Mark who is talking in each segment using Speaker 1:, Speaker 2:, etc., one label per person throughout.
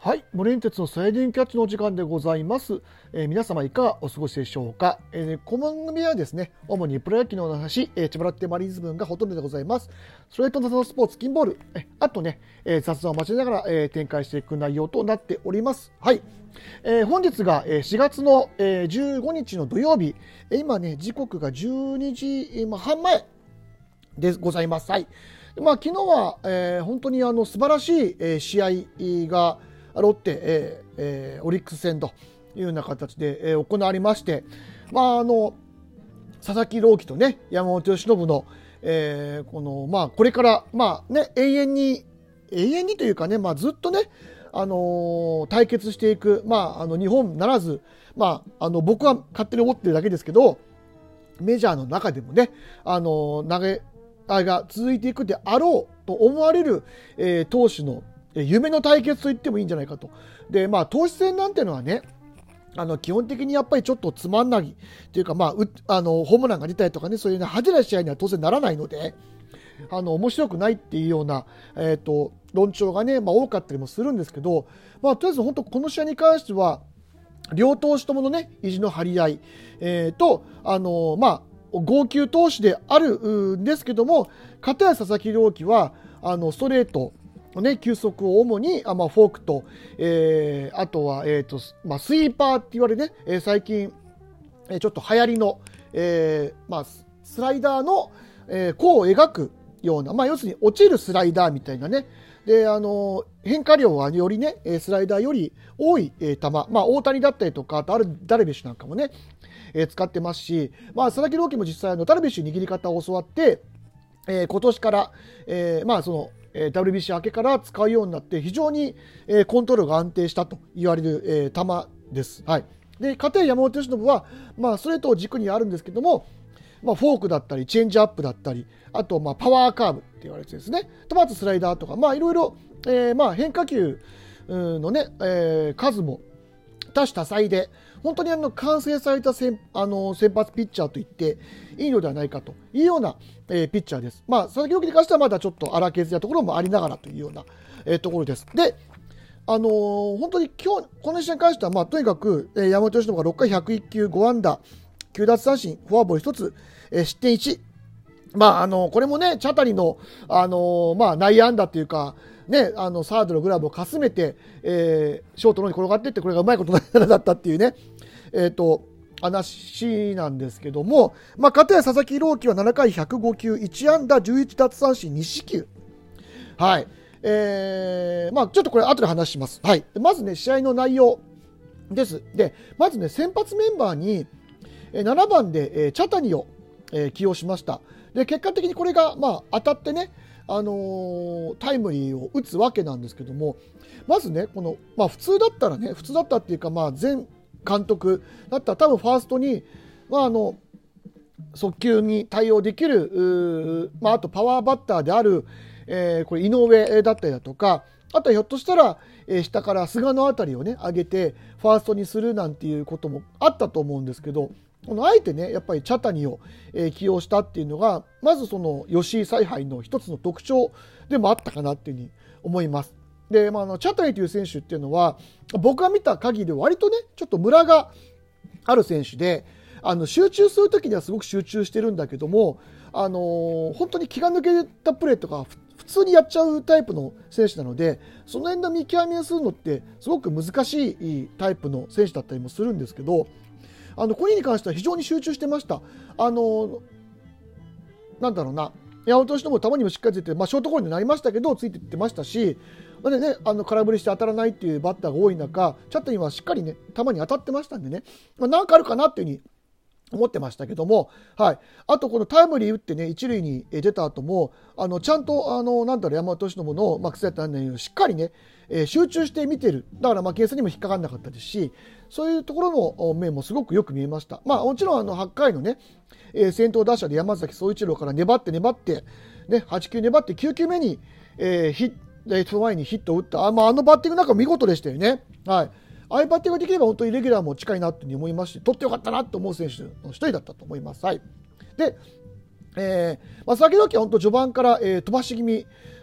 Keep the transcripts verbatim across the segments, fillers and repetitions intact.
Speaker 1: はい、モレンテツのサイディンキャッチのお時間でございます。えー皆様いかがお過ごしでしょうか。えー、この番組はですね、主にプロ野球の話、えー、千葉ロッテマリーンズ分がほとんどでございます。それと謎のスポーツ、金ボール、えあとね、えー雑談を交えながら、えー展開していく内容となっております。はい。えー本日がえーしがつのえーじゅうごにちの土曜日、えー今ね、時刻がじゅうにじはん前でございます。はい。まあ、昨日は、えー本当にあの素晴らしい、えー試合がロッテ、えーえーオリックス戦というような形で、えー行われまして、まあ、あの佐々木朗希と、ね、山本由伸の、えーこのまあ、これから、まあね、永遠に永遠にというかね、まあ、ずっとね、あのー対決していく、まあ、あの日本ならず、まあ、あの僕は勝手に思ってるだけですけど、メジャーの中でもね、あの投げ合いが続いていくであろうと思われる、えー投手のえー夢の対決と言ってもいいんじゃないかと。で、まあ、投手戦なんていうのはね、あの基本的にやっぱりちょっとつまんないというか、まあ、うあのホームランが出たりとかね、そういう、ね、派手な試合には当然ならないので、あの面白くないっていうような、えー、と論調がね、まあ、多かったりもするんですけど、まあ、とりあえず本当この試合に関しては両投手とものね、意地の張り合い、えー、と、あのーまあ、号泣投手であるんですけども、片や佐々木朗希は、あの、ストレートのね、球速を主に、あまあ、フォークと、えー、あとは、えー、と、まあ、スイーパーって言われね、えー最近、えーちょっと流行りの、えーまあ、ススライダーの、えー弧を描くような、まあ、要するに落ちるスライダーみたいなね、で、あの変化量はよりね、えースライダーより多い、えー球、まあ、大谷だったりとか、あとあるダルビッシュなんかもね、えー使ってますし、まあ、佐々木朗希も実際あのダルビッシュ握り方を教わって、えー今年から、えーまあそのえー ダブリュービーシー 明けから使うようになって非常に、えーコントロールが安定したと言われる、えー球です。はい。で、片や山本由伸は、まあ、ストレートを軸にあるんですけども、まあ、フォークだったりチェンジアップだったり、あとまあパワーカーブって言われてですね、とまずスライダーとか、まあいろいろ、えーまあ変化球のね、えー数も多種多彩で、本当にあの完成された先あの先発ピッチャーと言っていいのではないかというような、えーピッチャーです。まあ佐々木朗希に関してはまだちょっと荒削りなところもありながらというような、えーところです。で、あのー本当に今日この試合に関しては、まあ、とにかく、えー山本由伸がろっかいひゃくいっきゅうご安打きゅう奪三振フォアボールひとつ、えー失点いち、まあ、あのこれもね、チャタリの、あのまあ、内野安打というか、ね、あのサードのグラブをかすめて、えーショートの方に転がっていって、これがうまいことだったっていうね、えー、と話なんですけども、まあ、片や佐々木朗希はななかいひゃくごきゅういち安打じゅういち奪三振に四球。はい。えーまあ、ちょっとこれ後で話します。はい。まずね、試合の内容です。で、まずね、先発メンバーにえーななばんで、えーチャタニを、えー起用しました。で、結果的にこれが、まあ、当たってね、あのータイムリーを打つわけなんですけども、まずね、この、まあ、普通だったらね、普通だったっていうか、まあ、前監督だったら多分ファーストに、まあ、あの、速球に対応できる、うーまあ、あとパワーバッターである、えーこれ井上だったりだとか、あとはひょっとしたら、えー下から菅のあたりをね上げてファーストにするなんていうこともあったと思うんですけど、このあえてねやっぱりチャタニを、えー起用したっていうのがまずその吉井采配の一つの特徴でもあったかなっていうふうに思います。で、まあ、あのチャタニという選手っていうのは僕が見た限りで割とねちょっとムラがある選手で、あの集中するときにはすごく集中してるんだけども、あのー本当に気が抜けたプレーとか普通にやっちゃうタイプの選手なので、その辺の見極めをするのってすごく難しいタイプの選手だったりもするんですけど、あのこれに関しては非常に集中してました。あのーなんだろうな、山本由伸も球にもしっかりついて、まあ、ショートゴロになりましたけどついていってましたし、でね、あの空振りして当たらないっていうバッターが多い中、チャットにはしっかりね球に当たってましたんでね、まあ、なんかあるかなっていうふうに思ってましたけども、はい、あとこのタイムリー打ってね一塁に出た後もあのちゃんとあのなんだろう山本由伸の、まあ、癖だったんだけどしっかりね、えー集中して見てる。だからまあケースにも引っかかんなかったですし、そういうところの面もすごくよく見えました。まあもちろんあのはちかいのね、えー先頭打者で山崎総一郎から粘って粘ってねはち球粘ってきゅう球目に、えー、ヒットその前にヒットを打った、あ、まあ、あのバッティングなんか見事でしたよね。はい。ああいうバッティングができれば本当にレギュラーも近いなというふうに思いますし、取ってよかったなと思う選手の一人だったと思います。はい。で、えーまあ、佐々木朗希は本当序盤から、えー飛ばし気味、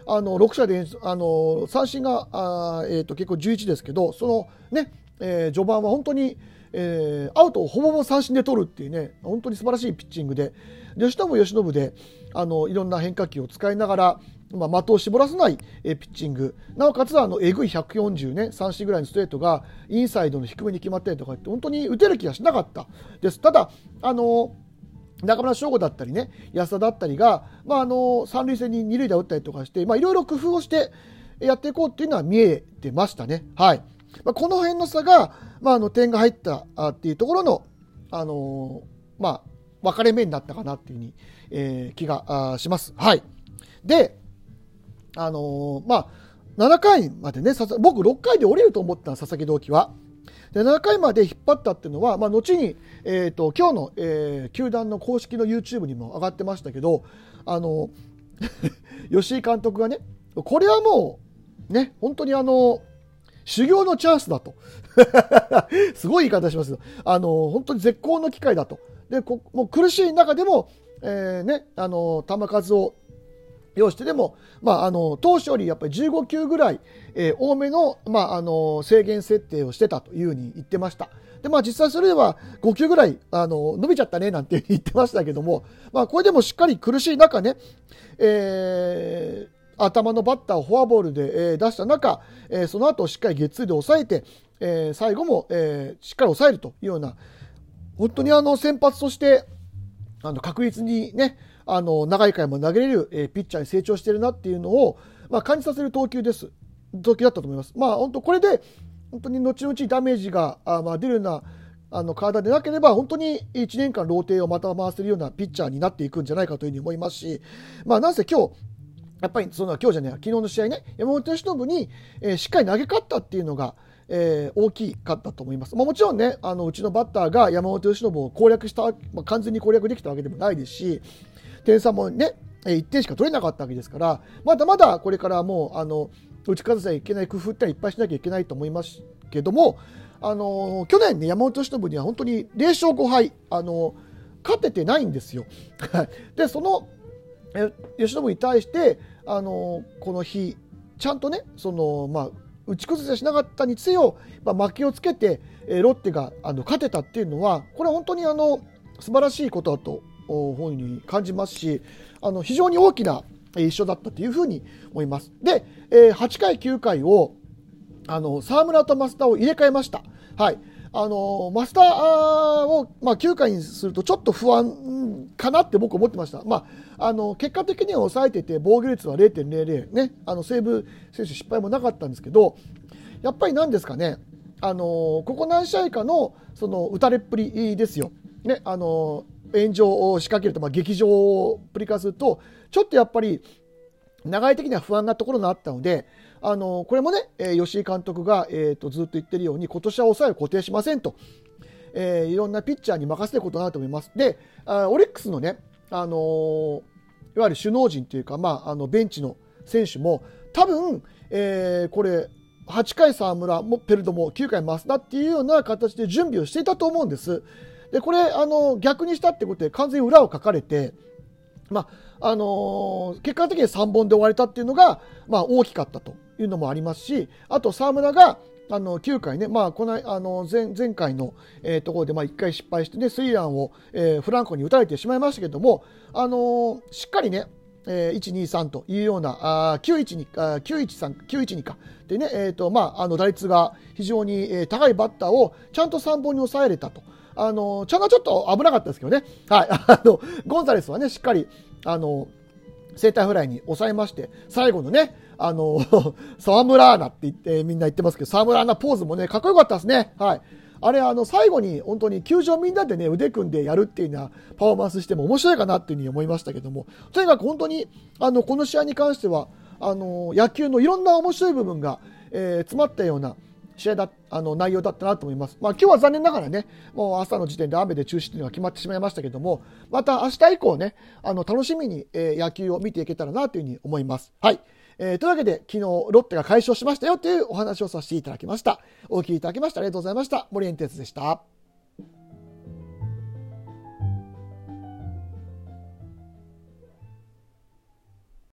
Speaker 1: あのろく者であの三振があ、えー、と結構じゅういちですけど、そのね、えー、序盤は本当に、えー、アウトをほぼほぼ三振で取るっていうね、本当に素晴らしいピッチングで、由伸由伸であのいろんな変化球を使いながら、まあ、的を絞らせない、えー、ピッチング、なおかつあのえぐいひゃくよんじゅうね、三振ぐらいのストレートがインサイドの低めに決まったりとかって本当に打てる気がしなかったです。ただあの中村奨吾だったりね、安田だったりが、まあ、あの三塁線に二塁打打ったりとかして、まあ、いろいろ工夫をしてやっていこうっていうのは見えてましたね。はい。まあ、この辺の差が、まあ、あの点が入ったあっていうところの、あのー、まあ、分かれ目になったかなっていうふうに、えー、気があします。はい。で、あのー、まあ、ななかいまでね、僕ろっかいで降りると思った佐々木朗希は。でななかいまで引っ張ったっていうのは、まあ、後に、えー、と今日の、えー、球団の公式の YouTube にも上がってましたけど、あの吉井監督がね、これはもうね、本当にあの修行のチャンスだとすごい言い方しますよ。あの本当に絶好の機会だと。でこもう苦しい中でも、えーね、あの球数を要してでも、まあ、あの当初よりやっぱりじゅうごきゅうぐらい、えー、多めの、まあ、あの制限設定をしてたというふうに言ってました。で、まあ、実際それではごきゅうぐらいあの伸びちゃったねなんて言ってましたけども、まあ、これでもしっかり苦しい中ね、えー、頭のバッターをフォアボールで、えー、出した中、えー、その後しっかりゲッツーで抑えて、えー、最後も、えー、しっかり抑えるというような、本当にあの先発としてあの確実にね、あの長い回も投げれる、えー、ピッチャーに成長しているなっていうのを、まあ、感じさせる投球です投球だったと思います。まあ本当これで本当に後々ダメージがあ、まあ、出るようなあの体でなければ本当にいちねんかんローテをまた回せるようなピッチャーになっていくんじゃないかというふうに思いますし、まあなんせ今日やっぱりその今日じゃない昨日の試合ね、山本由伸に、えー、しっかり投げ勝ったっていうのがえー、大きかったと思います。まあ、もちろんね、あのうちのバッターが山本由伸を攻略した、まあ、完全に攻略できたわけでもないですし、点差もねいってんしか取れなかったわけですから、まだまだこれからもうあの打ち勝たせちゃいけない工夫っていっぱいしなきゃいけないと思いますけども、あの去年ね山本由伸には本当にぜろしょうごはい、あの勝ててないんですよ。でその由伸に対してあのこの日ちゃんとねそのまあ打ち崩せしなかったにせよ、まあ、負けをつけて、えー、ロッテがあの勝てたっていうのはこれは本当にあの素晴らしいことだというふうに感じますし、あの非常に大きな一勝だったというふうに思います。で、えー、はちかいきゅうかいをあの沢村と増田を入れ替えました。はい、あの増田を、まあ、きゅうかいにするとちょっと不安かなって僕思ってました。まあ、あの結果的には抑えてて防御率は れいてんぜろぜろ、ね、あの西武選手失敗もなかったんですけど、やっぱり何ですかね、あのここ何試合かのその打たれっぷりですよ、ね、あの炎上を仕掛けると、まあ、劇場をプリ化するとちょっとやっぱり長い的には不安なところがあったので、あのこれもね、えー、吉井監督が、えー、とずっと言ってるように今年は抑えを固定しませんと、えー、いろんなピッチャーに任せることになると思います。であオリックスのね、あのー、いわゆる首脳陣というか、まあ、あのベンチの選手も多分、えー、これはちかい沢村もペルドもきゅうかい増田っていうような形で準備をしていたと思うんです。でこれあの逆にしたってことで完全に裏をかかれて、まああのー、結果的にさんぼんで終われたっていうのが、まあ、大きかったというのもありますし、あと沢村があのきゅうかいね、まあ、このあの 前, 前回の、えー、ところでまあいっかい失敗して、ね、スリーランを、えー、フランコに打たれてしまいましたけども、あのー、しっかりね、えー、いちにさんというようなあきゅういちにあきゅういちさんきゅういちにかでね、えーとまあ、あの打率が非常に、えー、高いバッターをちゃんとさんぼんに抑えれたと。あのチャンがちょっと危なかったですけどね、はい、あのゴンザレスはねしっかりあのセンターフライに抑えまして、最後のねあの沢村アナって言ってみんな言ってますけど、沢村アナポーズもねかっこよかったですね。はい、あれあの最後に本当に球場みんなでね腕組んでやるっていうようなパフォーマンスしても面白いかなっていうふうに思いましたけども、とにかく本当にあのこの試合に関してはあの野球のいろんな面白い部分が、えー、詰まったような試合だあの内容だったなと思います。まあ、今日は残念ながらねもう朝の時点で雨で中止というのが決まってしまいましたけども、また明日以降ねあの楽しみに、えー、野球を見ていけたらなというふうに思います。はい、えー、というわけで昨日ロッテが快勝しましたよというお話をさせていただきました。お聞きいただきましてありがとうございました。森エンテツでした。